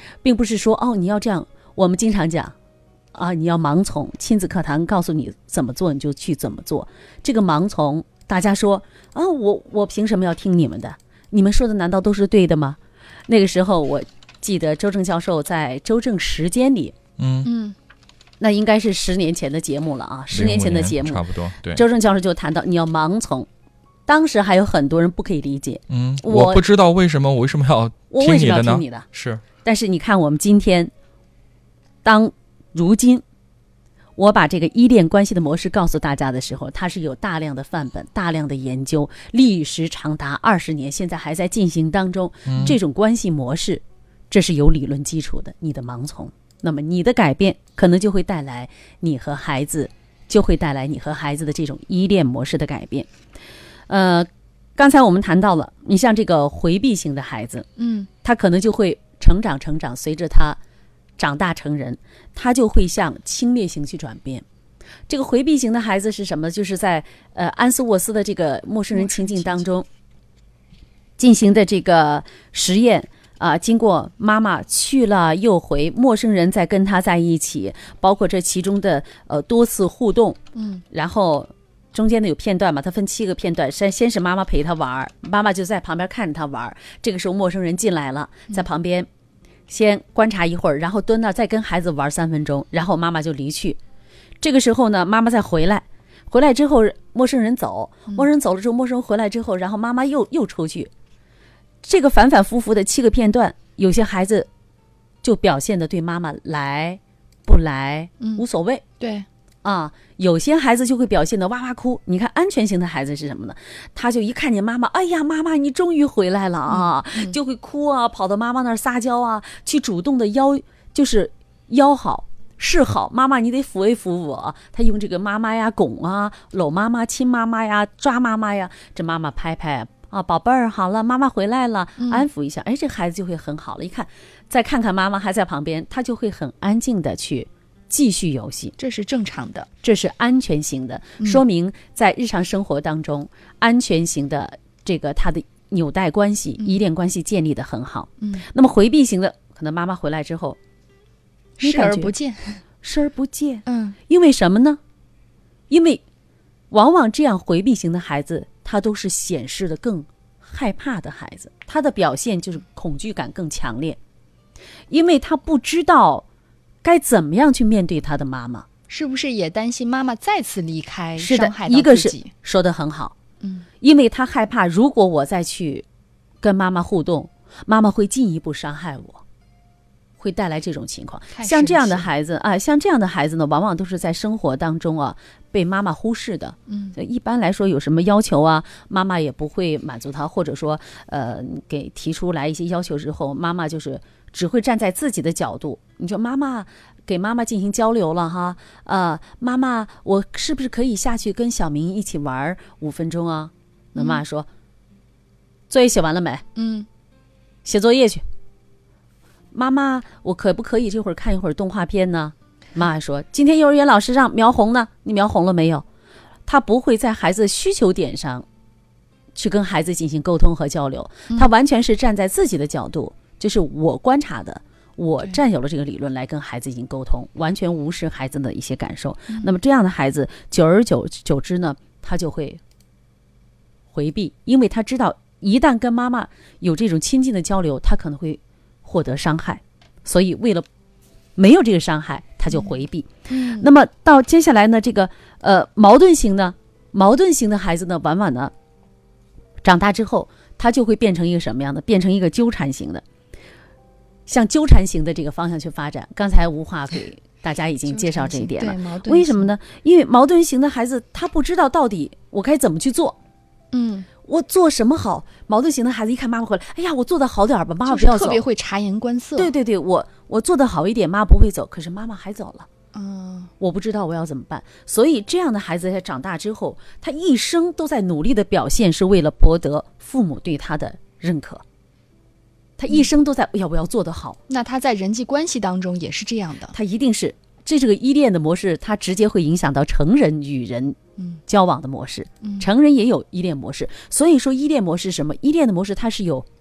并不是说哦你要这样，我们经常讲啊，你要盲从，亲子课堂告诉你怎么做你就去怎么做。这个盲从，大家说啊，我我凭什么要听你们的？你们说的难道都是对的吗？那个时候我记得周正教授在《周正时间》里， 嗯嗯， 那应该是十年前的节目了啊，十年前的节目， 差不多。对， 周正教授就谈到你要盲从，当时还有很多人不可以理解， 嗯， 我我不知道为什么我为什么要我为什么要听你的呢？ 听你的？ 是， 但是你看我们今天，当如今我把这个依恋关系的模式告诉大家的时候，它是有大量的范本、大量的研究，历时长达二十年，现在还在进行当中。 嗯、 这种关系模式，这是有理论基础的。你的盲从，那么你的改变可能就会带来你和孩子，就会带来你和孩子的这种依恋模式的改变。呃，刚才我们谈到了，你像这个回避型的孩子， 嗯， 他可能就会成长成长，随着他长大成人，他就会向轻蔑型去转变。这个回避型的孩子是什么？就是在呃安斯沃斯的这个陌生人情境当中进行的这个实验啊、呃，经过妈妈去了又回，陌生人在跟他在一起，包括这其中的呃多次互动， 嗯， 然后中间的有片段嘛，他分七个片段，先先是妈妈陪他玩，妈妈就在旁边看着他玩，这个时候陌生人进来了，在旁边先观察一会儿，然后蹲那再跟孩子玩三分钟，然后妈妈就离去。这个时候呢，妈妈再回来，回来之后陌生人走，陌生人走了之后，陌生人回来之后，然后妈妈又又出去。这个反反复复的七个片段，有些孩子就表现的对妈妈来不来无所谓， 对啊，有些孩子就会表现的哇哇哭。你看安全型的孩子是什么呢？他就一看见妈妈，哎呀，妈妈你终于回来了啊， 嗯嗯、 就会哭啊，跑到妈妈那儿撒娇啊，去主动的邀，就是邀好示好，妈妈你得抚慰抚我。他用这个妈妈呀拱啊，搂妈妈，亲妈妈呀，抓妈妈呀，这妈妈拍拍啊，宝贝儿好了，妈妈回来了，安抚一下，哎，这孩子就会很好了。一看再看看妈妈还在旁边，他就会很安静的去继续游戏， 这是正常的， 这是安全型的，说明在日常生活当中，嗯、安全型的这个他的纽带关系、依恋关系建立的很好。 嗯， 那么回避型的，可能妈妈回来之后视而不见， 视而不见。 嗯， 因为什么呢？因为往往这样回避型的孩子，他都是显示的更害怕的孩子，他的表现就是恐惧感更强烈，因为他不知道该怎么样去面对他的妈妈， 是不是也担心妈妈再次离开， 是的， 伤害到自己？ 一个是说得很好， 嗯， 因为他害怕，如果我再去跟妈妈互动，妈妈会进一步伤害我，会带来这种情况。像这样的孩子啊，像这样的孩子呢，往往都是在生活当中啊被妈妈忽视的。嗯，一般来说有什么要求啊，妈妈也不会满足他，或者说呃给提出来一些要求之后，妈妈就是只会站在自己的角度。你说妈妈给妈妈进行交流了哈，呃，妈妈，我是不是可以下去跟小明一起玩五分钟啊？那妈妈说，嗯、作业写完了没？ 嗯， 写作业去。妈妈，我可不可以这会儿看一会儿动画片呢？妈妈说，今天幼儿园老师让描红呢，你描红了没有？他不会在孩子的需求点上去跟孩子进行沟通和交流，他完全是站在自己的角度，就是我观察的，我占有了这个理论来跟孩子进行沟通，完全无视孩子的一些感受。嗯、那么这样的孩子，久而久久之呢，他就会回避，因为他知道一旦跟妈妈有这种亲近的交流，他可能会获得伤害，所以为了没有这个伤害，他就回避。嗯、那么到接下来呢，这个呃矛盾型呢，矛盾型的孩子呢，往往呢长大之后，他就会变成一个什么样的？变成一个纠缠型的，向纠缠型的这个方向去发展。刚才吴话给大家已经介绍这一点了。为什么呢？因为矛盾型的孩子他不知道到底我该怎么去做。嗯。我做什么好？矛盾型的孩子一看妈妈回来，哎呀，我做的好点吧，妈妈不要走， 就是特别会察言观色。 对对对，我我做的好一点，妈不会走，可是妈妈还走了， 嗯， 我不知道我要怎么办。所以这样的孩子在长大之后，他一生都在努力的表现，是为了博得父母对他的认可。他一生都在要不要做得好。 那他在人际关系当中也是这样的， 他一定是这这个依恋的模式，它直接会影响到成人与人交往的模式。嗯、成人也有依恋模式，所以说依恋模式是什么？依恋的模式它是有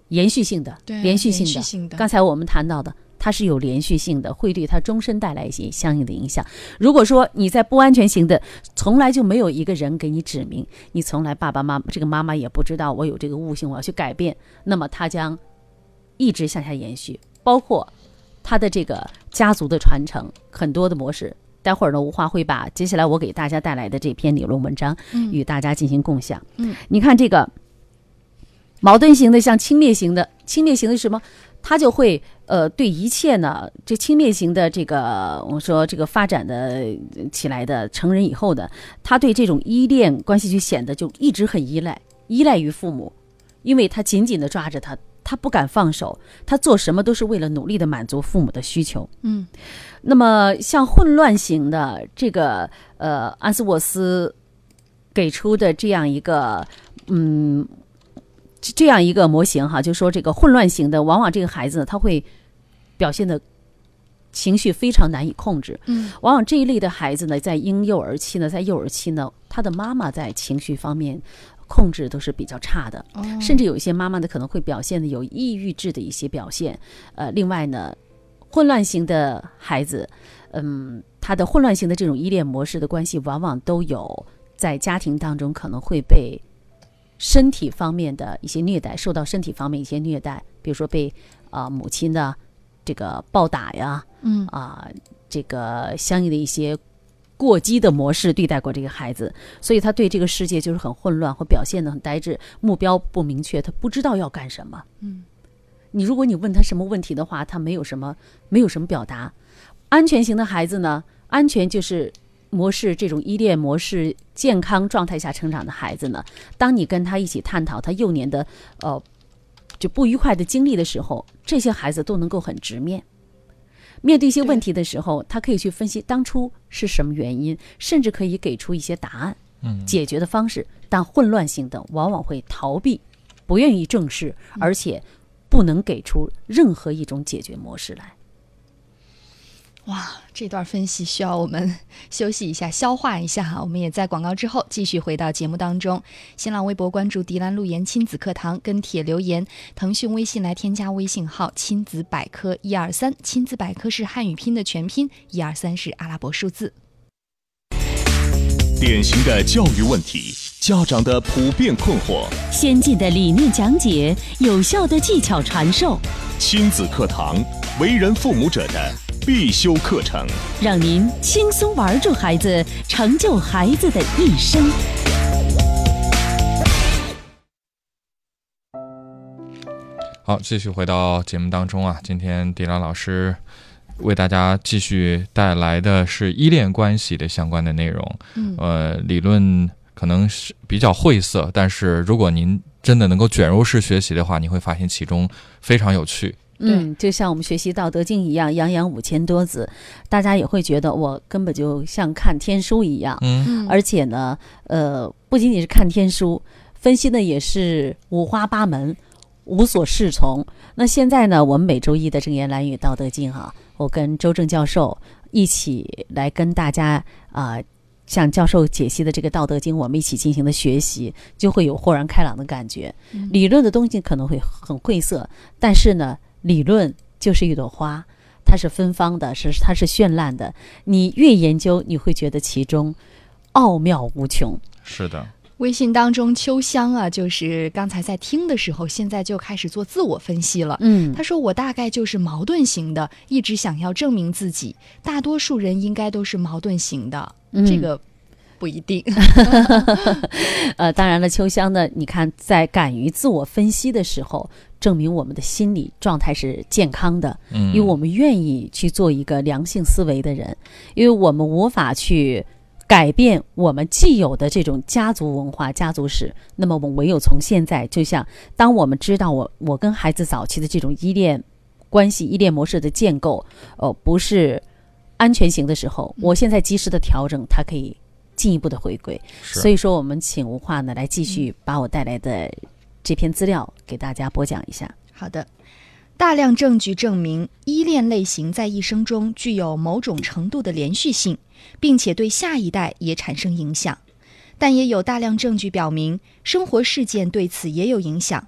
延续性的， 对， 连续性的。 连续性的刚才我们谈到的，它是有连续性的，会对他终身带来一些相应的影响。如果说你在不安全型的，从来就没有一个人给你指明，你从来爸爸妈妈这个妈妈也不知道我有这个悟性，我要去改变，那么它将一直向下延续，包括它的这个家族的传承，很多的模式。待会儿呢，吴华会把接下来我给大家带来的这篇理论文章与大家进行共享。 嗯， 你看这个矛盾型的，像轻蔑型的，轻蔑型的是什么？他就会呃对一切呢，这轻蔑型的这个我说这个发展的起来的成人以后的，他对这种依恋关系就显得就一直很依赖，依赖于父母，因为他紧紧的抓着他，他不敢放手，他做什么都是为了努力的满足父母的需求。 嗯， 那么像混乱型的这个呃安斯沃斯给出的这样一个嗯。这样一个模型哈，就说这个混乱型的，往往这个孩子他会表现的情绪非常难以控制。 嗯， 往往这一类的孩子呢，在婴幼儿期呢，在幼儿期呢，他的妈妈在情绪方面控制都是比较差的， 哦、 甚至有一些妈妈呢可能会表现的有抑郁质的一些表现。呃，另外呢，混乱型的孩子，嗯，他的混乱型的这种依恋模式的关系，往往都有在家庭当中可能会被身体方面的一些虐待，受到身体方面一些虐待，比如说被啊、呃、母亲的这个暴打呀， 嗯啊、呃、这个相应的一些过激的模式对待过这个孩子，所以他对这个世界就是很混乱，或表现得很呆滞，目标不明确，他不知道要干什么。 嗯， 你如果你问他什么问题的话，他没有什么没有什么表达。安全型的孩子呢，安全就是模式，这种依恋模式健康状态下成长的孩子呢，当你跟他一起探讨他幼年的呃就不愉快的经历的时候，这些孩子都能够很直面。面对一些问题的时候，他可以去分析当初是什么原因，甚至可以给出一些答案、 嗯， 解决的方式。但混乱性的往往会逃避，不愿意正视，而且不能给出任何一种解决模式来。 哇，这段分析需要我们休息一下，消化一下哈。我们也在广告之后继续回到节目当中。新浪微博关注迪兰路言亲子课堂，跟帖留言。腾讯微信来添加微信号亲子百科一二三，亲子百科是汉语拼的全拼，一二三是阿拉伯数字。 典型的教育问题，家长的普遍困惑， 先进的理念讲解，有效的技巧传授， 亲子课堂，为人父母者的必修课程， 让您轻松玩住孩子，成就孩子的一生。 好，继续回到节目当中啊，今天迪兰老师为大家继续带来的是依恋关系的相关的内容。 嗯， 呃，理论可能是比较晦涩，但是如果您真的能够卷入式学习的话，你会发现其中非常有趣。 嗯，就像我们学习《道德经》一样，洋洋五千多字，大家也会觉得我根本就像看天书一样。 嗯， 而且呢，呃，不仅仅是看天书，分析的也是五花八门，无所适从。那现在呢，我们每周一的正言蓝语《道德经》哈，我跟周正教授一起来跟大家啊、呃，像教授解析的这个《道德经》，我们一起进行的学习，就会有豁然开朗的感觉。 嗯、 理论的东西可能会很晦涩，但是呢，理论就是一朵花，它是芬芳的，是它是绚烂的。你越研究，你会觉得其中奥妙无穷。 是的。 微信当中秋香啊，就是刚才在听的时候，现在就开始做自我分析了。 嗯， 他说我大概就是矛盾型的，一直想要证明自己。大多数人应该都是矛盾型的， 嗯、 这个不一定。 呃，当然了，秋香呢，你看在敢于自我分析的时候，证明我们的心理状态是健康的， 嗯， 因为我们愿意去做一个良性思维的人，因为我们无法去改变我们既有的这种家族文化、家族史，那么我们唯有从现在，就像当我们知道我我跟孩子早期的这种依恋关系、依恋模式的建构，呃，不是安全型的时候，我现在及时的调整，它可以进一步的回归。所以说，我们请吴化呢来继续把我带来的这篇资料给大家播讲一下。 好的。大量证据证明，依恋类型在一生中具有某种程度的连续性，并且对下一代也产生影响。但也有大量证据表明，生活事件对此也有影响。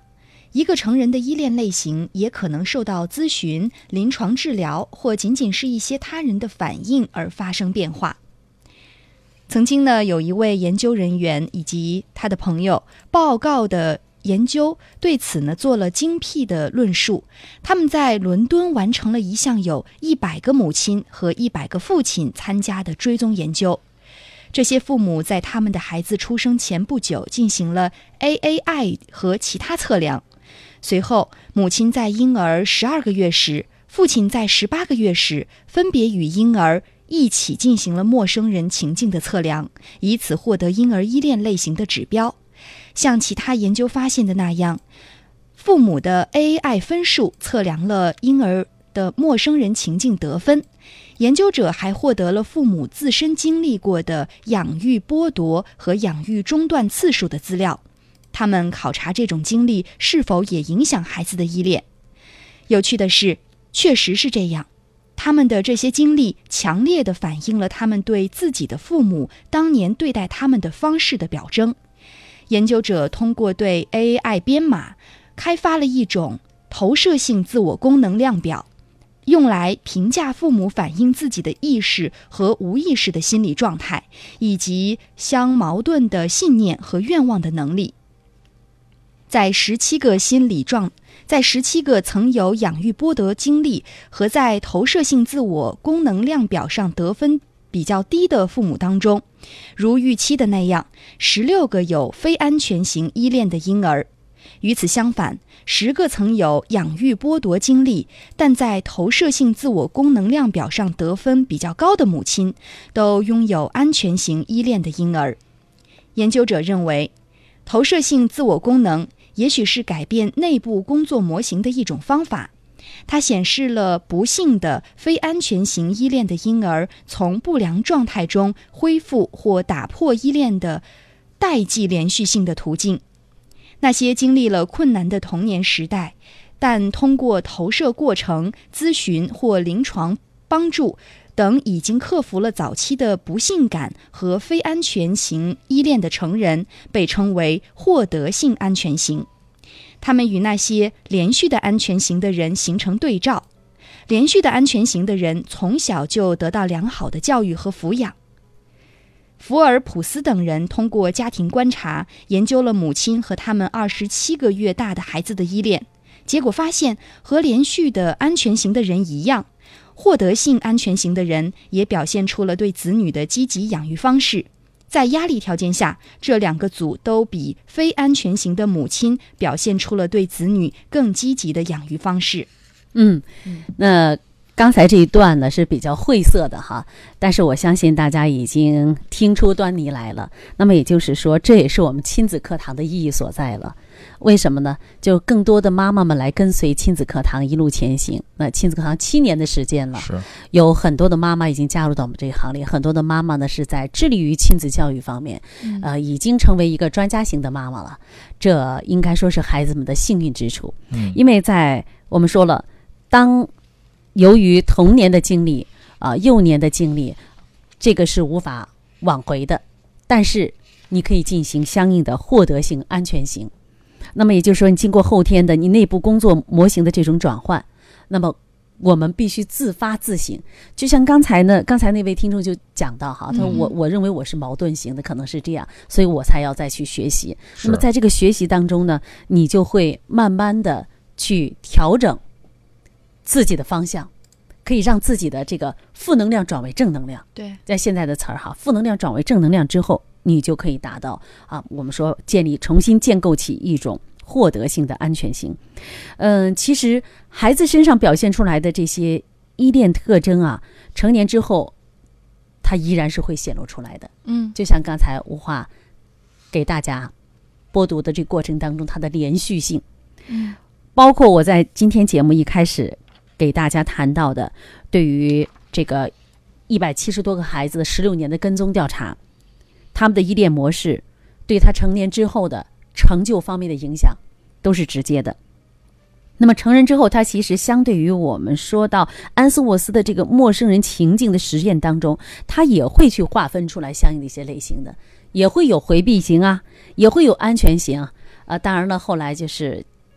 一个成人的依恋类型也可能受到咨询、临床治疗或仅仅是一些他人的反应而发生变化。曾经呢，有一位研究人员以及他的朋友报告的研究对此呢做了精辟的论述。他们在伦敦完成了一项有一百个母亲和一百个父亲参加的追踪研究。这些父母在他们的孩子出生前不久进行了 A A I 和其他测量。随后，母亲在婴儿十二个月时，父亲在十八个月时，分别与婴儿一起进行了陌生人情境的测量，以此获得婴儿依恋类型的指标。像其他研究发现的那样，父母的 A A I 分数测量了婴儿的陌生人情境得分。研究者还获得了父母自身经历过的养育剥夺和养育中断次数的资料。他们考察这种经历是否也影响孩子的依恋。有趣的是，确实是这样。他们的这些经历强烈地反映了他们对自己的父母当年对待他们的方式的表征。研究者通过对 A A I 编码，开发了一种投射性自我功能量表，用来评价父母反映自己的意识和无意识的心理状态，以及相矛盾的信念和愿望的能力。在十七个心理状，在十七个曾有养育剥夺经历和在投射性自我功能量表上得分比较低的父母当中，如预期的那样，十六个有非安全型依恋的婴儿。与此相反，十个曾有养育剥夺经历，但在投射性自我功能量表上得分比较高的母亲，都拥有安全型依恋的婴儿。研究者认为，投射性自我功能也许是改变内部工作模型的一种方法。它显示了不幸的非安全型依恋的婴儿从不良状态中恢复或打破依恋的代际连续性的途径。那些经历了困难的童年时代，但通过投射过程、咨询或临床帮助等已经克服了早期的不幸感和非安全型依恋的成人，被称为获得性安全型。他们与那些连续的安全型的人形成对照。连续的安全型的人从小就得到良好的教育和抚养。福尔普斯等人通过家庭观察，研究了母亲和他们二十七个月大的孩子的依恋，结果发现，和连续的安全型的人一样，获得性安全型的人也表现出了对子女的积极养育方式。在压力条件下，这两个组都比非安全型的母亲表现出了对子女更积极的养育方式。 嗯，那刚才这一段呢是比较晦涩的哈，但是我相信大家已经听出端倪来了。那么也就是说，这也是我们亲子课堂的意义所在了。为什么呢？就更多的妈妈们来跟随亲子课堂一路前行。那亲子课堂七年的时间了， 是有很多的妈妈已经加入到我们这一行列，很多的妈妈呢是在致力于亲子教育方面，嗯、呃，已经成为一个专家型的妈妈了。这应该说是孩子们的幸运之处，嗯，因为在我们说了，当由于童年的经历啊、呃，幼年的经历，这个是无法挽回的，但是你可以进行相应的获得性安全型。那么也就是说，你经过后天的你内部工作模型的这种转换，那么我们必须自发自省。就像刚才呢，刚才那位听众就讲到哈，他说我我认为我是矛盾型的，可能是这样，所以我才要再去学习。那么在这个学习当中呢，你就会慢慢的去调整自己的方向，可以让自己的这个负能量转为正能量。 对， 在现在的词儿哈，负能量转为正能量之后，你就可以达到啊，我们说建立重新建构起一种获得性的安全性。嗯，其实孩子身上表现出来的这些依恋特征啊，成年之后它依然是会显露出来的。嗯，就像刚才吴化给大家播读的这个过程当中，它的连续性，嗯，包括我在今天节目一开始给大家谈到的，对于这个一百七十多个孩子的十六年的跟踪调查，他们的依恋模式对他成年之后的成就方面的影响都是直接的。那么成人之后，他其实相对于我们说到安斯沃斯的这个陌生人情境的实验当中，他也会去划分出来相应的一些类型的，也会有回避型啊，也会有安全型啊。呃、当然了，后来就是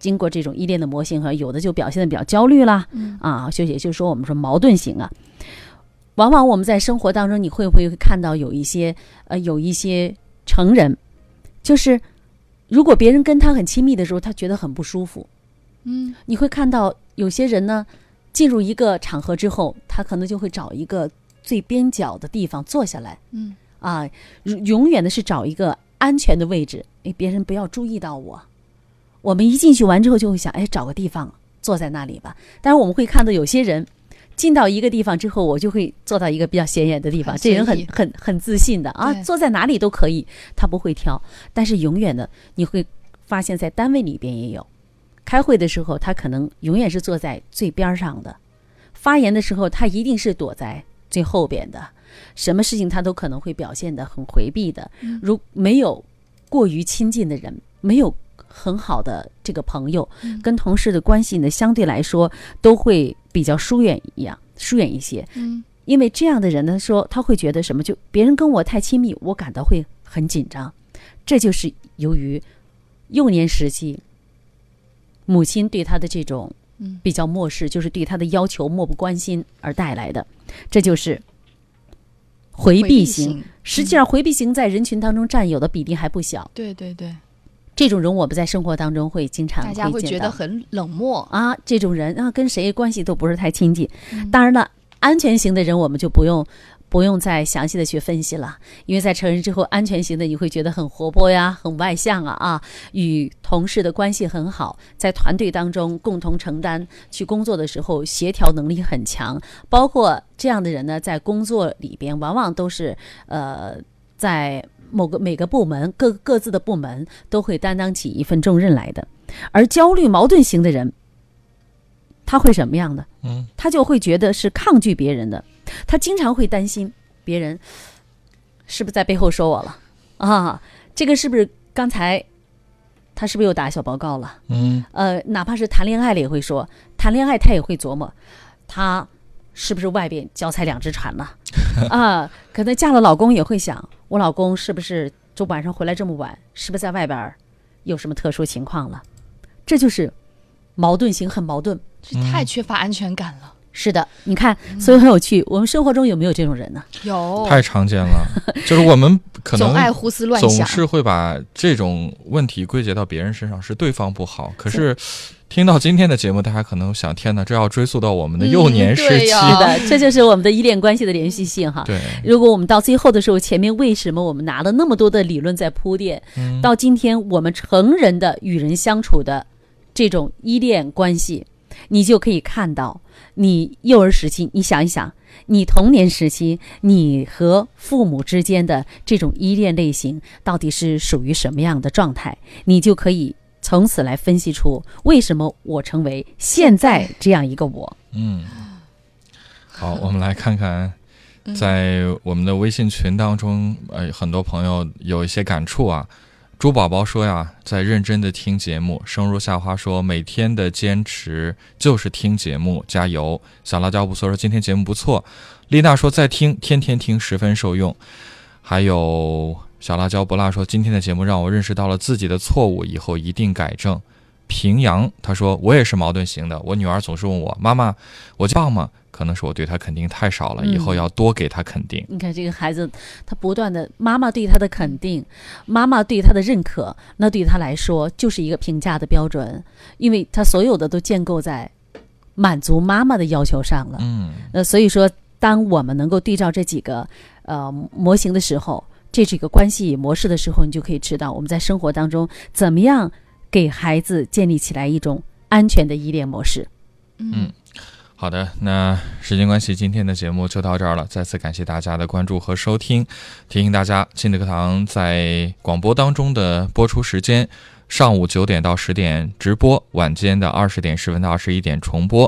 经过这种依恋的模型，和有的就表现的比较焦虑啦，嗯、啊，就也就是说我们说矛盾型啊。往往我们在生活当中，你会不会看到有一些呃有一些成人，就是如果别人跟他很亲密的时候，他觉得很不舒服。嗯，你会看到有些人呢，进入一个场合之后，他可能就会找一个最边角的地方坐下来。嗯，啊，永远的是找一个安全的位置，哎，别人不要注意到我。我们一进去完之后就会想，哎，找个地方坐在那里吧。但是我们会看到有些人进到一个地方之后，我就会坐到一个比较显眼的地方，这人很很很自信的啊，坐在哪里都可以，他不会挑。但是永远的你会发现在单位里边也有，开会的时候他可能永远是坐在最边上的，发言的时候他一定是躲在最后边的，什么事情他都可能会表现得很回避的。如没有过于亲近的人，没有很好的这个朋友，跟同事的关系呢，相对来说都会比较疏远一样，疏远一些。嗯，因为这样的人呢，说他会觉得什么，就别人跟我太亲密，我感到会很紧张。这就是由于幼年时期母亲对他的这种比较漠视，就是对他的要求漠不关心而带来的，这就是回避型。实际上，回避型在人群当中占有的比例还不小。 对对对。 这种人我们在生活当中会经常会见到， 大家会觉得很冷漠啊，这种人啊跟谁关系都不是太亲近。嗯、当然了，安全型的人我们就不用不用再详细的去分析了，因为在成人之后，安全型的你会觉得很活泼呀，很外向啊啊，与同事的关系很好，在团队当中共同承担，去工作的时候协调能力很强。包括这样的人呢，在工作里边往往都是呃在某个每个部门各各自的部门都会担当起一份重任来的。而焦虑矛盾型的人，他会什么样的？嗯，他就会觉得是抗拒别人的，他经常会担心别人是不是在背后说我了啊？这个是不是刚才他是不是又打小报告了？嗯，呃，哪怕是谈恋爱了也会说，谈恋爱他也会琢磨，他是不是外边脚踩两只船了啊？可能嫁了老公也会想，我老公是不是就晚上回来这么晚，是不是在外边有什么特殊情况了？这就是矛盾型，很矛盾， 这太缺乏安全感了。 是的，你看，所以很有趣。我们生活中有没有这种人呢？ 有， 太常见了。就是我们可能总爱胡思乱想， 总是会把这种问题归结到别人身上，是对方不好。可是听到今天的节目，大家可能想，天哪，这要追溯到我们的幼年时期。 是的，这就是我们的依恋关系的连续性哈。 对， 如果我们到最后的时候，前面为什么我们拿了那么多的理论在铺垫，嗯、到今天我们成人的与人相处的这种依恋关系，你就可以看到，你幼儿时期，你想一想，你童年时期，你和父母之间的这种依恋类型到底是属于什么样的状态，你就可以从此来分析出为什么我成为现在这样一个我。 嗯，好，我们来看看在我们的微信群当中，呃，很多朋友有一些感触啊。朱宝宝说呀，在认真的听节目。生如夏花说，每天的坚持就是听节目，加油。小辣椒不错说，今天节目不错。丽娜说，在听，天天听，十分受用。还有小辣椒不辣说，今天的节目让我认识到了自己的错误，以后一定改正。平阳他说，我也是矛盾型的，我女儿总是问我，妈妈我棒吗？可能是我对他肯定太少了，以后要多给他肯定。 嗯、你看这个孩子，他不断的妈妈对他的肯定，妈妈对他的认可，那对他来说就是一个评价的标准，因为他所有的都建构在满足妈妈的要求上了。嗯，呃，所以说，当我们能够对照这几个呃模型的时候，这几个关系模式的时候，你就可以知道我们在生活当中怎么样给孩子建立起来一种安全的依恋模式。 嗯。好的，那时间关系，今天的节目就到这儿了。再次感谢大家的关注和收听。提醒大家，亲子课堂在广播当中的播出时间：上午九点到十点直播，晚间的二十点十分到二十一点重播。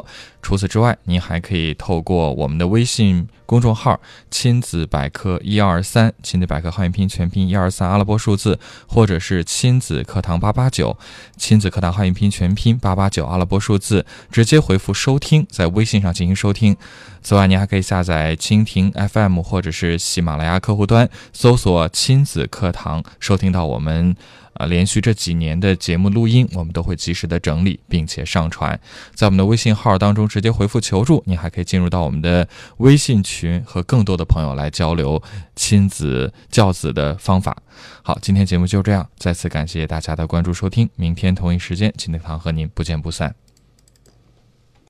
除此之外，您还可以透过我们的微信公众号亲子百科一二三，亲子百科汉语拼音全拼一二三阿拉伯数字，或者是亲子课堂八八九，亲子课堂汉语拼音全拼八八九阿拉伯数字，直接回复收听，在微信上进行收听。此外，您还可以下载蜻蜓 F M 或者是喜马拉雅客户端，搜索亲子课堂，收听到我们呃，连续这几年的节目录音，我们都会及时的整理并且上传。在我们的微信号当中直接回复求助，您还可以进入到我们的微信群，和更多的朋友来交流亲子教子的方法。好，今天节目就这样，再次感谢大家的关注收听，明天同一时间亲子课堂和您不见不散。